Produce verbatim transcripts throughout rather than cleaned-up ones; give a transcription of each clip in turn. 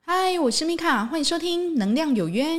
嗨，我是米卡，欢迎收听能量有约。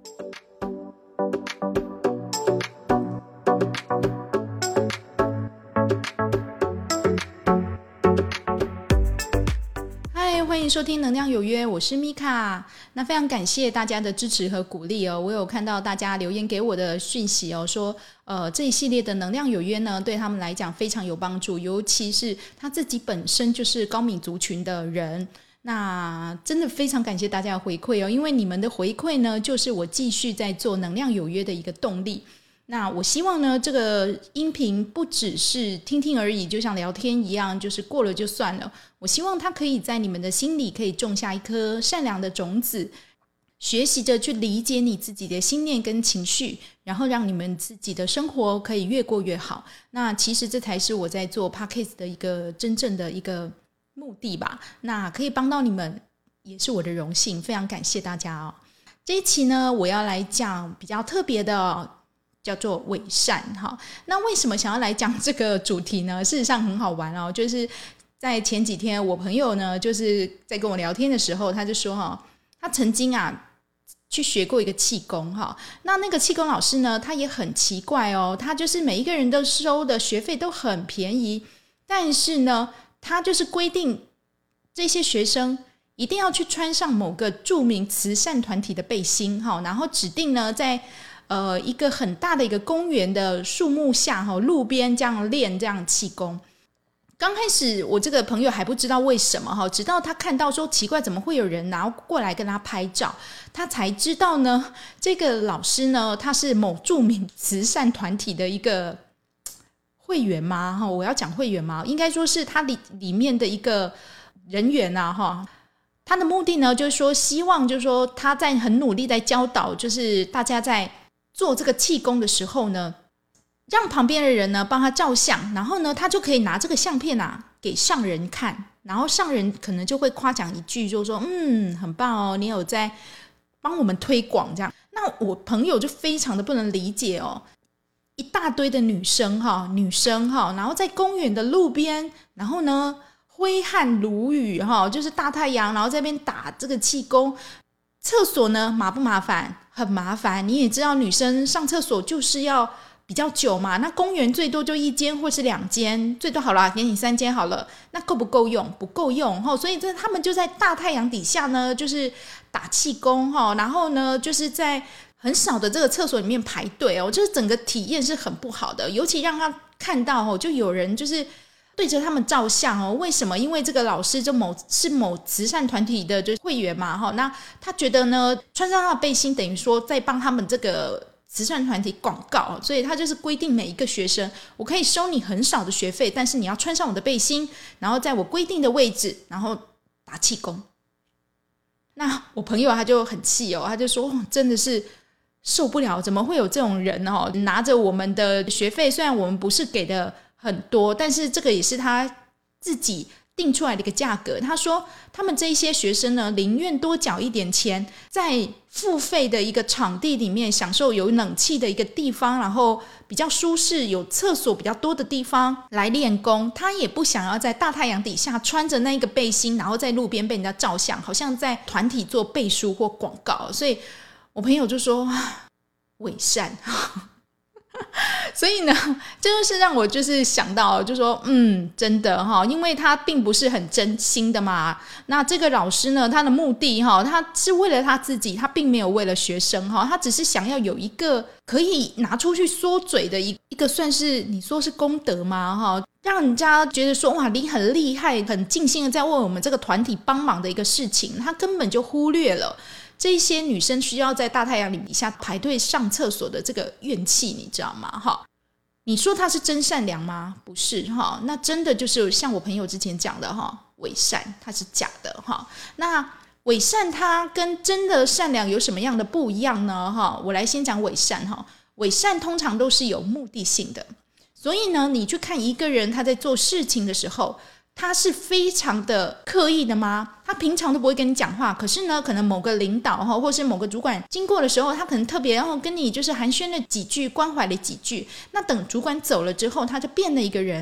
嗨，欢迎收听能量有约，我是米卡。那非常感谢大家的支持和鼓励哦，我有看到大家留言给我的讯息哦，说呃这一系列的能量有约呢，对他们来讲非常有帮助，尤其是他自己本身就是高敏族群的人。那真的非常感谢大家的回馈哦，因为你们的回馈呢，就是我继续在做能量有约的一个动力。那我希望呢，这个音频不只是听听而已，就像聊天一样，就是过了就算了。我希望它可以在你们的心里可以种下一颗善良的种子，学习着去理解你自己的心念跟情绪，然后让你们自己的生活可以越过越好。那其实这才是我在做 Podcast 的一个真正的一个目的吧，那可以帮到你们也是我的荣幸，非常感谢大家哦。这一期呢，我要来讲比较特别的、哦、叫做伪善哈。那为什么想要来讲这个主题呢？事实上很好玩哦，就是在前几天我朋友呢就是在跟我聊天的时候，他就说哈，他曾经啊去学过一个气功哈。那那个气功老师呢，他也很奇怪哦，他就是每一个人都收的学费都很便宜，但是呢他就是规定这些学生一定要去穿上某个著名慈善团体的背心，然后指定呢在呃一个很大的一个公园的树木下路边这样练这样气功。刚开始我这个朋友还不知道为什么，直到他看到说奇怪怎么会有人拿过来跟他拍照，他才知道呢这个老师呢他是某著名慈善团体的一个会员吗？我要讲会员吗？应该说是他 里, 里面的一个人员啊。他的目的呢就是说希望就是说他在很努力在教导，就是大家在做这个气功的时候呢，让旁边的人呢帮他照相，然后呢他就可以拿这个相片啊给上人看，然后上人可能就会夸奖一句，就说嗯很棒哦，你有在帮我们推广这样。那我朋友就非常的不能理解哦，一大堆的女生哈，女生哈，然后在公园的路边，然后呢挥汗如雨哈，就是大太阳，然后在那边打这个气功。厕所呢麻不麻烦？很麻烦。你也知道女生上厕所就是要比较久嘛，那公园最多就一间或是两间，最多好了给你三间好了，那够不够用？不够用，所以他们就在大太阳底下呢就是打气功，然后呢就是在很少的这个厕所里面排队哦，就是整个体验是很不好的。尤其让他看到哦，就有人就是对着他们照相哦。为什么？因为这个老师就某是某慈善团体的就是会员嘛，那他觉得呢穿上他的背心等于说在帮他们这个慈善团体广告，所以他就是规定每一个学生，我可以收你很少的学费，但是你要穿上我的背心，然后在我规定的位置，然后打气功。那我朋友他就很气哦，他就说、哦、真的是受不了，怎么会有这种人哦？拿着我们的学费，虽然我们不是给的很多，但是这个也是他自己定出来的一个价格。他说他们这一些学生呢，宁愿多缴一点钱，在付费的一个场地里面享受有冷气的一个地方，然后比较舒适有厕所比较多的地方来练功，他也不想要在大太阳底下穿着那个背心，然后在路边被人家照相，好像在团体做背书或广告。所以我朋友就说伪善所以呢这就是让我就是想到就说嗯真的哈，因为他并不是很真心的嘛。那这个老师呢，他的目的哈，他是为了他自己，他并没有为了学生哈，他只是想要有一个可以拿出去说嘴的一一个算是你说是功德吗哈，让人家觉得说哇你很厉害，很尽心的在为我们这个团体帮忙的一个事情，他根本就忽略了这些女生需要在大太阳底下排队上厕所的这个怨气，你知道吗？你说他是真善良吗？不是，那真的就是像我朋友之前讲的伪善，他是假的。那伪善他跟真的善良有什么样的不一样呢？我来先讲伪善。伪善通常都是有目的性的，所以呢你去看一个人他在做事情的时候，他是非常的刻意的吗？他平常都不会跟你讲话，可是呢可能某个领导或是某个主管经过的时候，他可能特别然后跟你就是寒暄了几句，关怀了几句，那等主管走了之后他就变了一个人。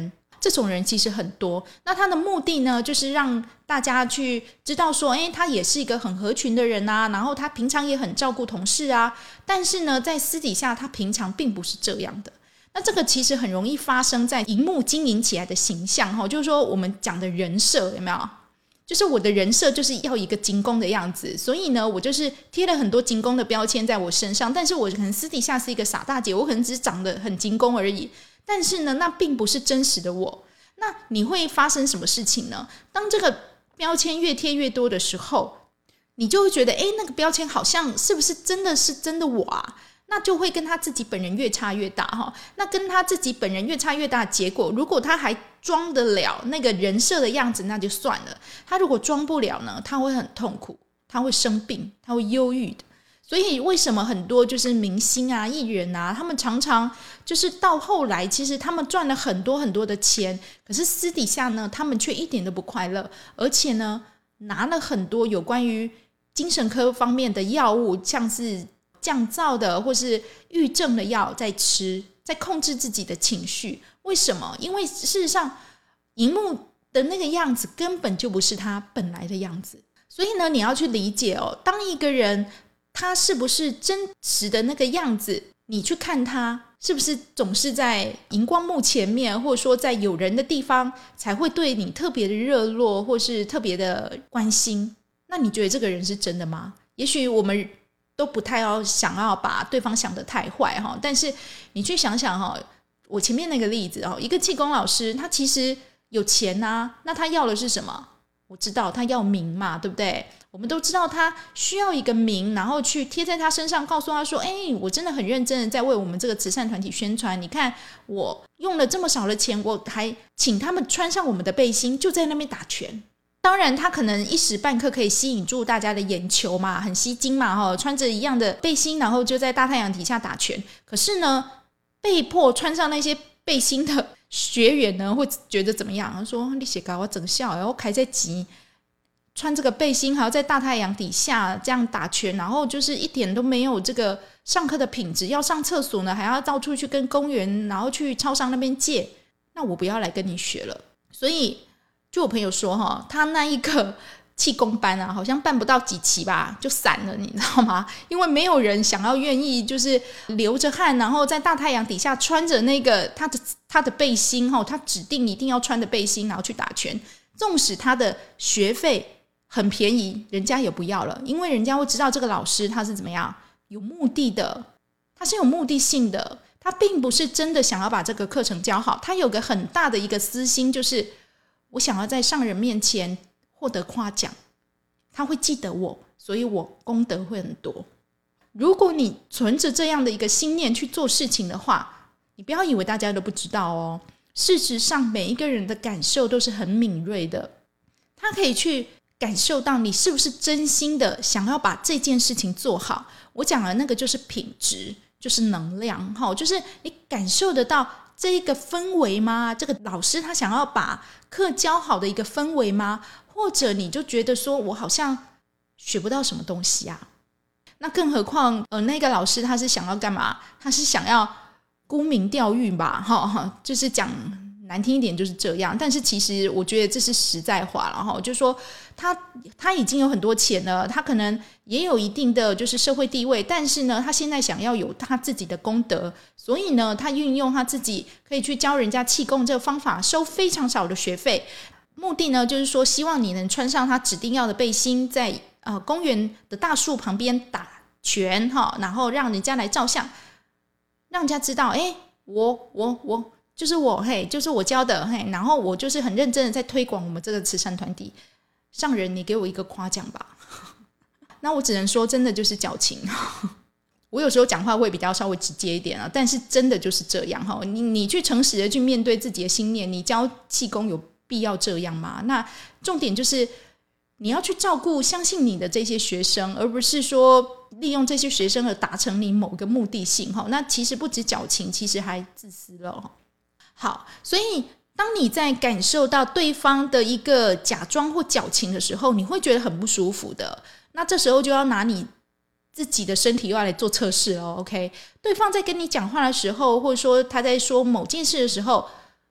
这种人其实很多。那他的目的呢，就是让大家去知道说，诶，他也是一个很合群的人啊，然后他平常也很照顾同事啊，但是呢在私底下他平常并不是这样的。那这个其实很容易发生在荧幕经营起来的形象，就是说我们讲的人设，有没有？就是我的人设就是要一个精工的样子，所以呢我就是贴了很多精工的标签在我身上，但是我可能私底下是一个傻大姐，我可能只是长得很精工而已，但是呢那并不是真实的我。那你会发生什么事情呢？当这个标签越贴越多的时候，你就会觉得诶，那个标签好像是不是真的是真的我啊？那就会跟他自己本人越差越大。那跟他自己本人越差越大的结果，如果他还装得了那个人设的样子那就算了，他如果装不了呢，他会很痛苦，他会生病，他会忧郁的。所以为什么很多就是明星啊艺人啊，他们常常就是到后来其实他们赚了很多很多的钱，可是私底下呢他们却一点都不快乐，而且呢拿了很多有关于精神科方面的药物，像是降噪的或是郁症的药在吃，在控制自己的情绪。为什么？因为事实上荧幕的那个样子根本就不是他本来的样子。所以呢你要去理解哦，当一个人他是不是真实的那个样子，你去看他是不是总是在荧光幕前面，或者说在有人的地方才会对你特别的热络或是特别的关心，那你觉得这个人是真的吗？也许我们都不太要想要把对方想得太坏，但是你去想想，我前面那个例子，一个气功老师他其实有钱啊，那他要的是什么？我知道他要名嘛，对不对？我们都知道他需要一个名，然后去贴在他身上，告诉他说，哎，我真的很认真的在为我们这个慈善团体宣传，你看我用了这么少的钱，我还请他们穿上我们的背心，就在那边打拳。当然他可能一时半刻可以吸引住大家的眼球嘛，很吸睛嘛，穿着一样的背心，然后就在大太阳底下打拳。可是呢被迫穿上那些背心的学员呢会觉得怎么样？他说你写稿我整笑，然后开在急穿这个背心还要在大太阳底下这样打拳，然后就是一点都没有这个上课的品质，要上厕所呢还要到处去跟公园然后去超商那边借，那我不要来跟你学了。所以就我朋友说他那一个气功班啊好像办不到几期吧就散了，你知道吗？因为没有人想要愿意就是流着汗然后在大太阳底下穿着那个他的他的背心，他指定一定要穿的背心然后去打拳，纵使他的学费很便宜人家也不要了，因为人家会知道这个老师他是怎么样有目的的，他是有目的性的，他并不是真的想要把这个课程教好，他有个很大的一个私心，就是我想要在上人面前获得夸奖，他会记得我，所以我功德会很多。如果你存着这样的一个心念去做事情的话，你不要以为大家都不知道哦，事实上每一个人的感受都是很敏锐的，他可以去感受到你是不是真心的想要把这件事情做好。我讲的那个就是品质，就是能量，就是你感受得到这一个氛围吗？这个老师他想要把课教好的一个氛围吗？或者你就觉得说我好像学不到什么东西啊？那更何况呃，那个老师他是想要干嘛？他是想要沽名钓誉吧，就是讲难听一点就是这样。但是其实我觉得这是实在话了，就是说他他已经有很多钱了，他可能也有一定的就是社会地位，但是呢他现在想要有他自己的功德，所以呢他运用他自己可以去教人家气功这个方法，收非常少的学费，目的呢就是说希望你能穿上他指定要的背心，在呃公园的大树旁边打拳，然后让人家来照相，让人家知道哎，我我我就是我，嘿，就是我教的，嘿，然后我就是很认真的在推广我们这个慈善团体，上人你给我一个夸奖吧。那我只能说真的就是矫情，我有时候讲话会比较稍微直接一点啊，但是真的就是这样，你你去诚实的去面对自己的心念，你教气功有必要这样吗？那重点就是你要去照顾相信你的这些学生，而不是说利用这些学生而达成你某个目的性，那其实不止矫情，其实还自私了。好，所以当你在感受到对方的一个假装或矫情的时候，你会觉得很不舒服的，那这时候就要拿你自己的身体又要来做测试了。 OK， 对方在跟你讲话的时候，或者说他在说某件事的时候，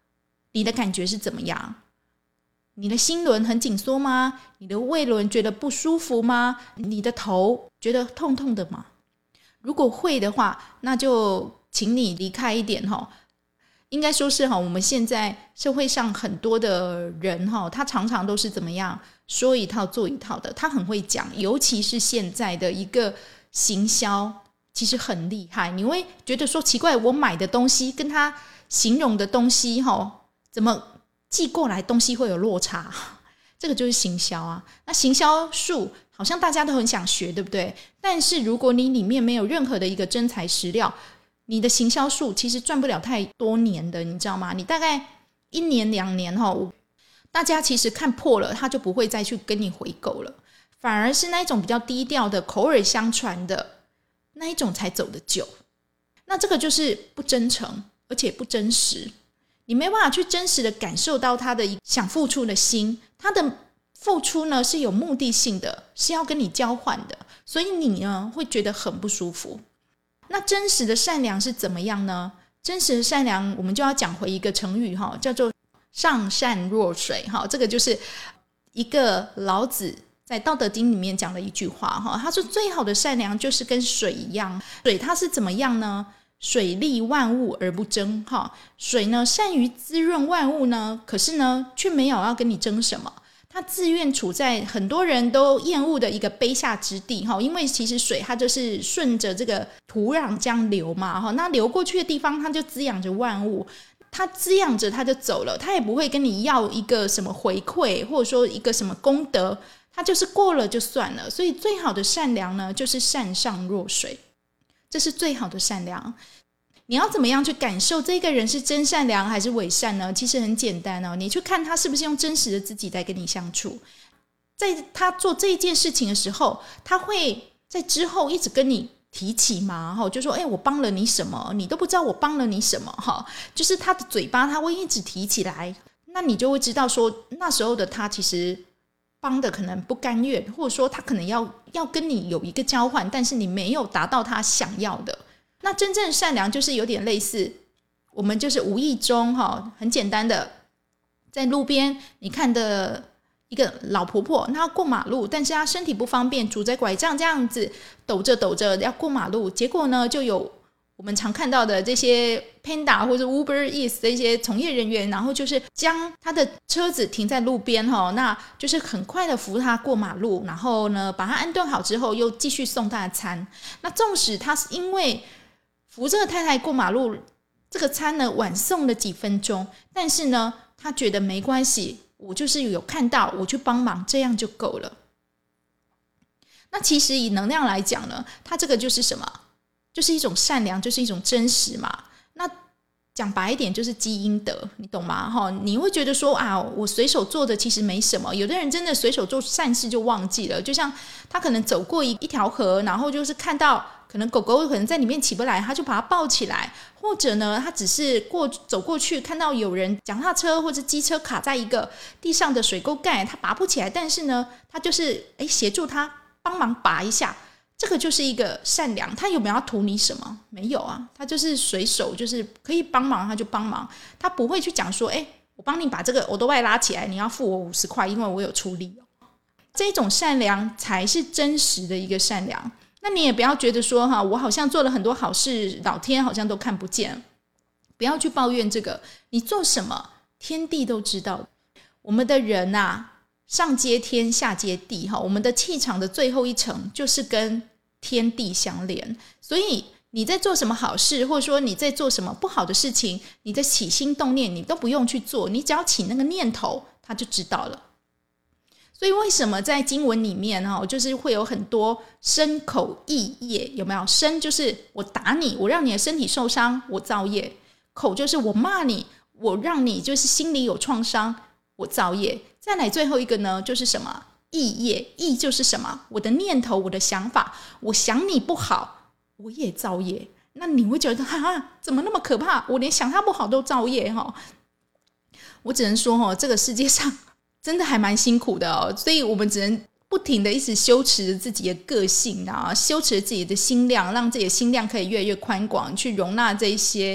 你的感觉是怎么样？你的心轮很紧缩吗？你的胃轮觉得不舒服吗？你的头觉得痛痛的吗？如果会的话，那就请你离开一点哈。应该说是哈，我们现在社会上很多的人哈，他常常都是怎么样说一套做一套的，他很会讲，尤其是现在的一个行销其实很厉害，你会觉得说奇怪，我买的东西跟他形容的东西哈，怎么寄过来东西会有落差？这个就是行销啊。那行销术好像大家都很想学，对不对？但是如果你里面没有任何的一个真材实料，你的行销术其实赚不了太多年的，你知道吗？你大概一年两年后，大家其实看破了，他就不会再去跟你回购了，反而是那一种比较低调的口耳相传的那一种才走得久。那这个就是不真诚，而且不真实，你没办法去真实的感受到他的想付出的心，他的付出呢是有目的性的，是要跟你交换的，所以你呢会觉得很不舒服。那真实的善良是怎么样呢？真实的善良我们就要讲回一个成语叫做上善若水，这个就是一个老子在道德经里面讲的一句话，他说最好的善良就是跟水一样。水它是怎么样呢？水利万物而不争，水呢善于滋润万物呢，可是呢却没有要跟你争什么，它自愿处在很多人都厌恶的一个卑下之地，因为其实水它就是顺着这个土壤这样流嘛，那流过去的地方它就滋养着万物，它滋养着它就走了，它也不会跟你要一个什么回馈或者说一个什么功德，它就是过了就算了。所以最好的善良呢就是善上若水，这是最好的善良。你要怎么样去感受这个人是真善良还是伪善呢？其实很简单哦，你去看他是不是用真实的自己在跟你相处，在他做这一件事情的时候，他会在之后一直跟你提起嘛，就说哎，我帮了你什么，你都不知道我帮了你什么，就是他的嘴巴他会一直提起来，那你就会知道说那时候的他其实帮的可能不甘愿，或者说他可能要要跟你有一个交换，但是你没有达到他想要的。那真正善良就是有点类似，我们就是无意中很简单的在路边你看的一个老婆婆，她要过马路，但是她身体不方便，拄着拐杖这样子抖着抖着要过马路，结果呢就有我们常看到的这些 Panda 或者 Uber Eats 的一些从业人员，然后就是将他的车子停在路边，那就是很快的扶他过马路，然后呢把他安顿好之后又继续送他的餐。那纵使他是因为扶这个太太过马路，这个餐呢晚送了几分钟，但是呢他觉得没关系，我就是有看到我去帮忙，这样就够了。那其实以能量来讲呢，它这个就是什么？就是一种善良，就是一种真实嘛。那讲白一点就是积阴德，你懂吗？你会觉得说啊，我随手做的其实没什么，有的人真的随手做善事就忘记了，就像他可能走过 一, 一条河，然后就是看到可能狗狗可能在里面起不来，他就把它抱起来，或者呢他只是过走过去看到有人脚踏车或者机车卡在一个地上的水沟盖，他拔不起来，但是呢他就是诶协助他帮忙拔一下，这个就是一个善良。他有没有要图你什么？没有啊，他就是随手就是可以帮忙他就帮忙，他不会去讲说诶我帮你把这个欧多拜拉起来，你要付我五十块，因为我有出力。这种善良才是真实的一个善良。那你也不要觉得说哈，我好像做了很多好事，老天好像都看不见，不要去抱怨这个。你做什么天地都知道。我们的人啊，上接天下接地，我们的气场的最后一层就是跟天地相连，所以你在做什么好事，或者说你在做什么不好的事情，你的起心动念你都不用去做，你只要起那个念头他就知道了。所以为什么在经文里面就是会有很多身口意业，有没有？身就是我打你，我让你的身体受伤，我造业；口就是我骂你，我让你就是心里有创伤，我造业。再来最后一个呢就是什么？意业。意就是什么？我的念头，我的想法，我想你不好，我也造业。那你会觉得哈，怎么那么可怕，我连想他不好都造业。我只能说这个世界上真的还蛮辛苦的哦，所以我们只能不停的一直修持自己的个性啊，修持自己的心量，让自己的心量可以越来越宽广，去容纳这些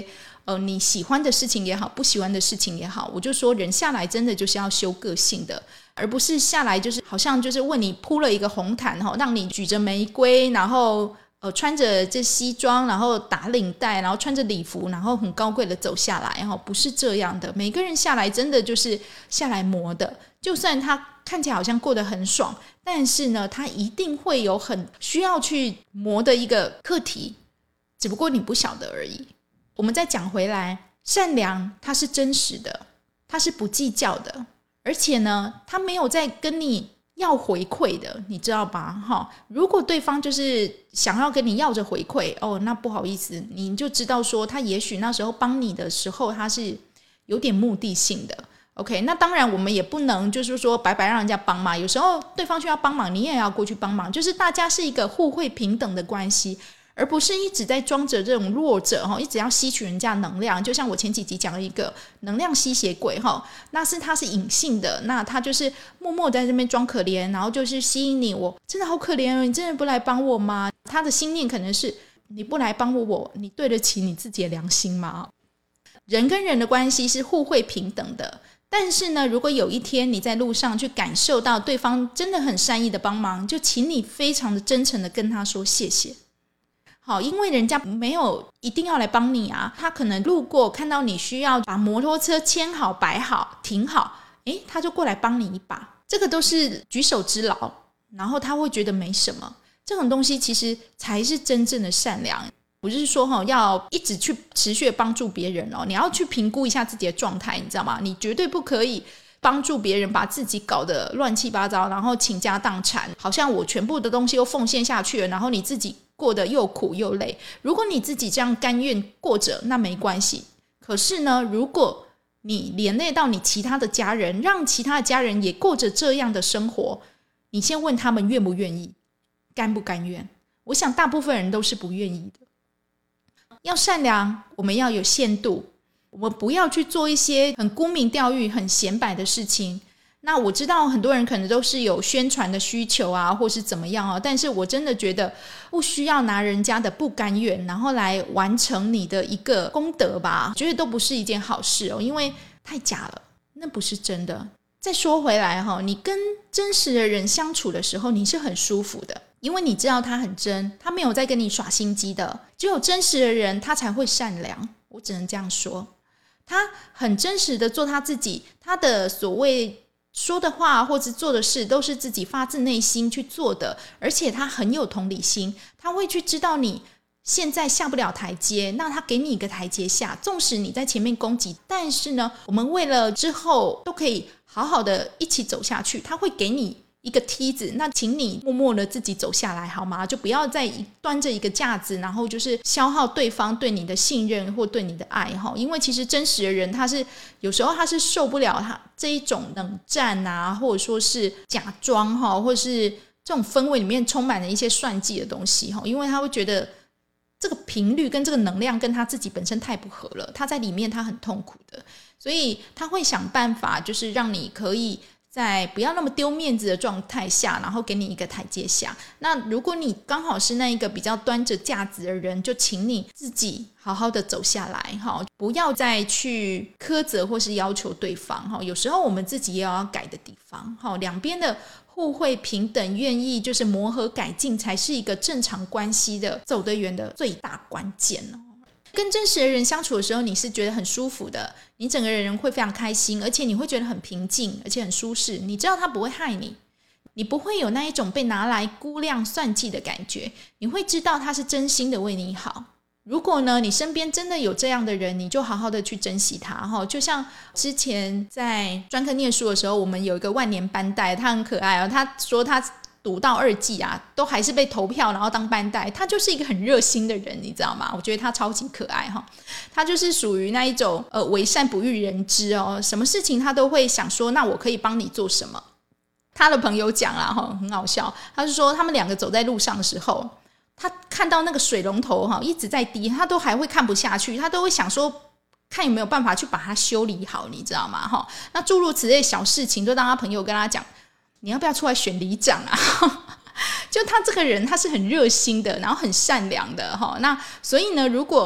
呃，你喜欢的事情也好，不喜欢的事情也好，我就说人下来真的就是要修个性的，而不是下来就是好像就是为你铺了一个红毯，让你举着玫瑰，然后呃穿着这西装，然后打领带，然后穿着礼服，然后很高贵的走下来，不是这样的。每个人下来真的就是下来磨的，就算他看起来好像过得很爽，但是呢他一定会有很需要去磨的一个课题，只不过你不晓得而已。我们再讲回来，善良它是真实的，它是不计较的，而且呢它没有在跟你要回馈的，你知道吧？如果对方就是想要跟你要着回馈，哦，那不好意思，你就知道说他也许那时候帮你的时候他是有点目的性的。OK， 那当然我们也不能就是说白白让人家帮嘛，有时候对方需要帮忙你也要过去帮忙，就是大家是一个互惠平等的关系，而不是一直在装着这种弱者，一直要吸取人家能量。就像我前几集讲了一个能量吸血鬼，那是他是隐性的，那他就是默默在这边装可怜，然后就是吸引你，我真的好可怜，你真的不来帮我吗？他的心念可能是你不来帮我，我你对得起你自己的良心吗？人跟人的关系是互惠平等的，但是呢如果有一天你在路上去感受到对方真的很善意的帮忙，就请你非常的真诚的跟他说谢谢。好，因为人家没有一定要来帮你啊，他可能路过看到你需要把摩托车牵好摆好停好，诶，他就过来帮你一把，这个都是举手之劳，然后他会觉得没什么，这种东西其实才是真正的善良。不是说要一直去持续帮助别人哦，你要去评估一下自己的状态，你知道吗？你绝对不可以帮助别人把自己搞得乱七八糟，然后倾家荡产，好像我全部的东西都奉献下去了，然后你自己过得又苦又累。如果你自己这样甘愿过着，那没关系，可是呢如果你连累到你其他的家人，让其他的家人也过着这样的生活，你先问他们愿不愿意，甘不甘愿？我想大部分人都是不愿意的。要善良，我们要有限度，我们不要去做一些很沽名钓誉很显摆的事情。那我知道很多人可能都是有宣传的需求啊，或是怎么样啊，但是我真的觉得不需要拿人家的不甘愿然后来完成你的一个功德吧，觉得都不是一件好事哦，因为太假了，那不是真的。再说回来，你跟真实的人相处的时候你是很舒服的，因为你知道他很真，他没有在跟你耍心机的，只有真实的人他才会善良，我只能这样说。他很真实的做他自己，他的所谓说的话或者做的事都是自己发自内心去做的，而且他很有同理心，他会去知道你现在下不了台阶，那他给你一个台阶下，纵使你在前面攻击，但是呢我们为了之后都可以好好的一起走下去，他会给你一个梯子，那请你默默的自己走下来好吗？就不要再端着一个架子，然后就是消耗对方对你的信任或对你的爱，因为其实真实的人他是有时候他是受不了他这一种冷战啊，或者说是假装，或者是这种氛围里面充满了一些算计的东西，因为他会觉得这个频率跟这个能量跟他自己本身太不合了，他在里面他很痛苦的，所以他会想办法就是让你可以在不要那么丢面子的状态下，然后给你一个台阶下。那如果你刚好是那一个比较端着架子的人，就请你自己好好的走下来，不要再去苛责或是要求对方，有时候我们自己也要改的地方，两边的互惠平等，愿意就是磨合改进，才是一个正常关系的走得远的最大关键。跟真实的人相处的时候，你是觉得很舒服的，你整个人会非常开心，而且你会觉得很平静，而且很舒适，你知道他不会害你，你不会有那一种被拿来估量算计的感觉，你会知道他是真心的为你好。如果呢你身边真的有这样的人，你就好好的去珍惜他。就像之前在专科念书的时候，我们有一个万年班代，他很可爱哦，他说他读到二季啊都还是被投票然后当班代，他就是一个很热心的人，你知道吗？我觉得他超级可爱，他就是属于那一种呃为善不欲人知哦，什么事情他都会想说那我可以帮你做什么。他的朋友讲啦，很好笑，他是说他们两个走在路上的时候，他看到那个水龙头一直在滴，他都还会看不下去，他都会想说看有没有办法去把它修理好，你知道吗？那诸如此类小事情都让他朋友跟他讲，你要不要出来选里长啊？就他这个人他是很热心的，然后很善良的，那所以呢如果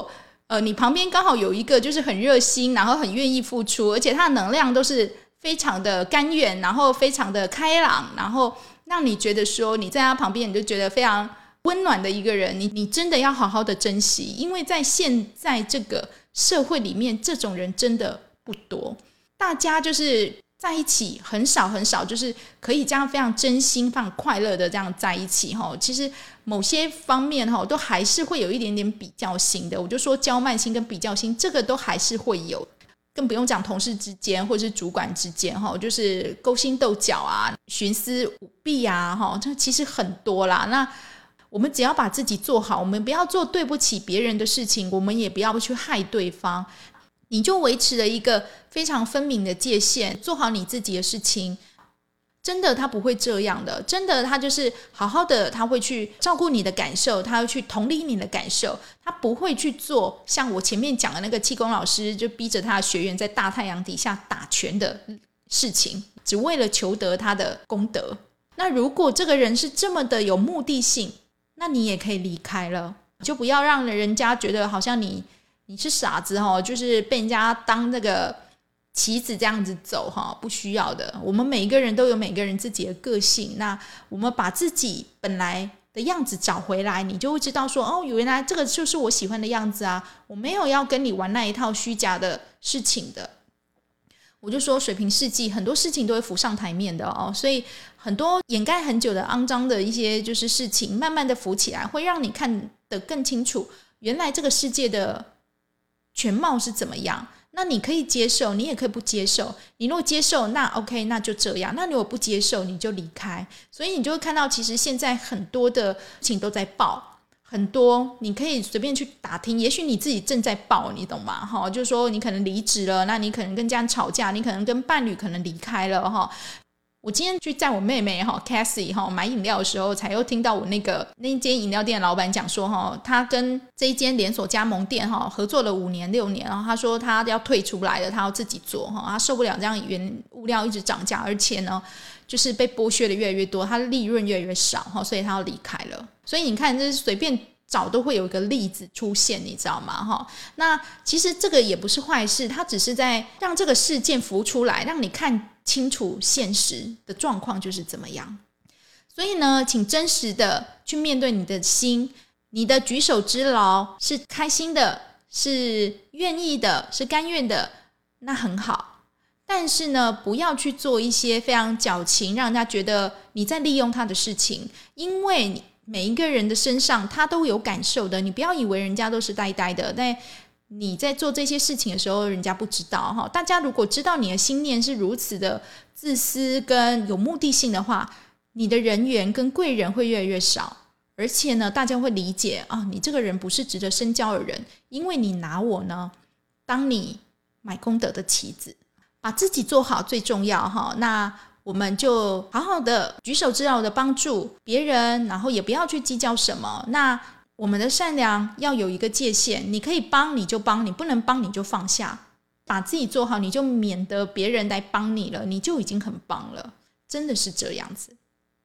呃，你旁边刚好有一个就是很热心，然后很愿意付出，而且他的能量都是非常的甘愿，然后非常的开朗，然后让你觉得说你在他旁边你就觉得非常温暖的一个人，你你真的要好好的珍惜，因为在现在这个社会里面这种人真的不多，大家就是在一起很少很少，就是可以这样非常真心非常快乐的这样在一起。其实某些方面都还是会有一点点比较心的，我就说骄慢心跟比较心这个都还是会有，更不用讲同事之间或者是主管之间，就是勾心斗角啊，徇私舞弊啊，这其实很多啦。那我们只要把自己做好，我们不要做对不起别人的事情，我们也不要去害对方，你就维持了一个非常分明的界限，做好你自己的事情。真的他不会这样的，真的他就是好好的，他会去照顾你的感受，他会去同理你的感受，他不会去做像我前面讲的那个气功老师就逼着他的学员在大太阳底下打拳的事情，只为了求得他的功德。那如果这个人是这么的有目的性，那你也可以离开了，就不要让人家觉得好像你你是傻子，就是被人家当那个棋子这样子走，不需要的。我们每一个人都有每个人自己的个性，那我们把自己本来的样子找回来，你就会知道说，哦，原来这个就是我喜欢的样子啊，我没有要跟你玩那一套虚假的事情的。我就说水平世纪很多事情都会浮上台面的哦，所以很多掩盖很久的肮脏的一些就是事情慢慢的浮起来，会让你看得更清楚原来这个世界的全貌是怎么样。那你可以接受，你也可以不接受，你如果接受那 OK 那就这样，那如果不接受你就离开。所以你就会看到其实现在很多的事情都在爆，很多你可以随便去打听，也许你自己正在爆，你懂吗？就是说你可能离职了，那你可能跟家人吵架，你可能跟伴侣可能离开了。我今天去载我妹妹 Cassie 买饮料的时候，才又听到我那个那间饮料店的老板讲说，他跟这一间连锁加盟店合作了五年六年，然后他说他要退出来了，他要自己做，他受不了这样原物料一直涨价，而且呢就是被剥削的越来越多，他的利润越来越少，所以他要离开了。所以你看这随便找都会有一个例子出现，你知道吗？那其实这个也不是坏事，它只是在让这个事件浮出来，让你看清楚现实的状况就是怎么样。所以呢，请真实的去面对你的心，你的举手之劳是开心的，是愿意的，是甘愿的，那很好。但是呢，不要去做一些非常矫情让人家觉得你在利用他的事情，因为你每一个人的身上他都有感受的，你不要以为人家都是呆呆的，但你在做这些事情的时候人家不知道。大家如果知道你的心念是如此的自私跟有目的性的话，你的人缘跟贵人会越来越少，而且呢大家会理解啊，你这个人不是值得深交的人，因为你拿我呢当你买功德的棋子。把自己做好最重要。那我们就好好的举手之劳的帮助别人，然后也不要去计较什么。那我们的善良要有一个界限，你可以帮你就帮，你不能帮你就放下，把自己做好，你就免得别人来帮你了，你就已经很棒了，真的是这样子。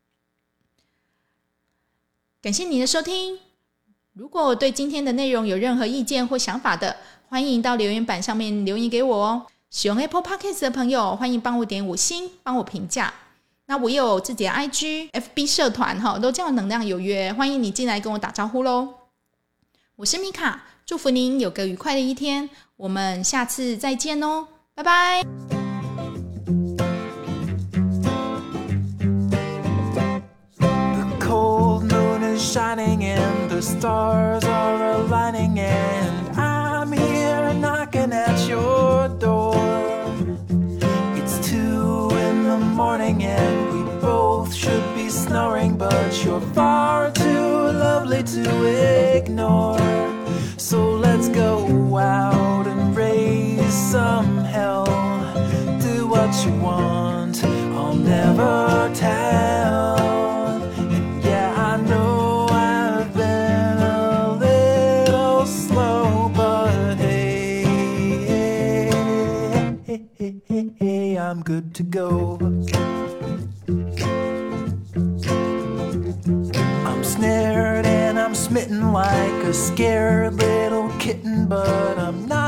感谢你的收听，如果对今天的内容有任何意见或想法的，欢迎到留言板上面留言给我哦。使用 Apple Podcast 的朋友，欢迎帮我点五星，帮我评价。那我有自己的 I G、F B 社团，都叫能量有约，欢迎你进来跟我打招呼咯。我是米卡，祝福您有个愉快的一天，我们下次再见哦，拜拜。The cold moon is shining and the stars are aligning and I'm here knocking at your door.It's two in the morning and we both should be snoring, but you're far too lovely to ignore. So let's go out and raise some hell. Do what you want, I'll never tell. And yeah, I know I've been a little slow, but hey, hey, hey, hey, hey, I'm good to go. I'm snared and I'm smitten like a scared little kid. kitten, but I'm not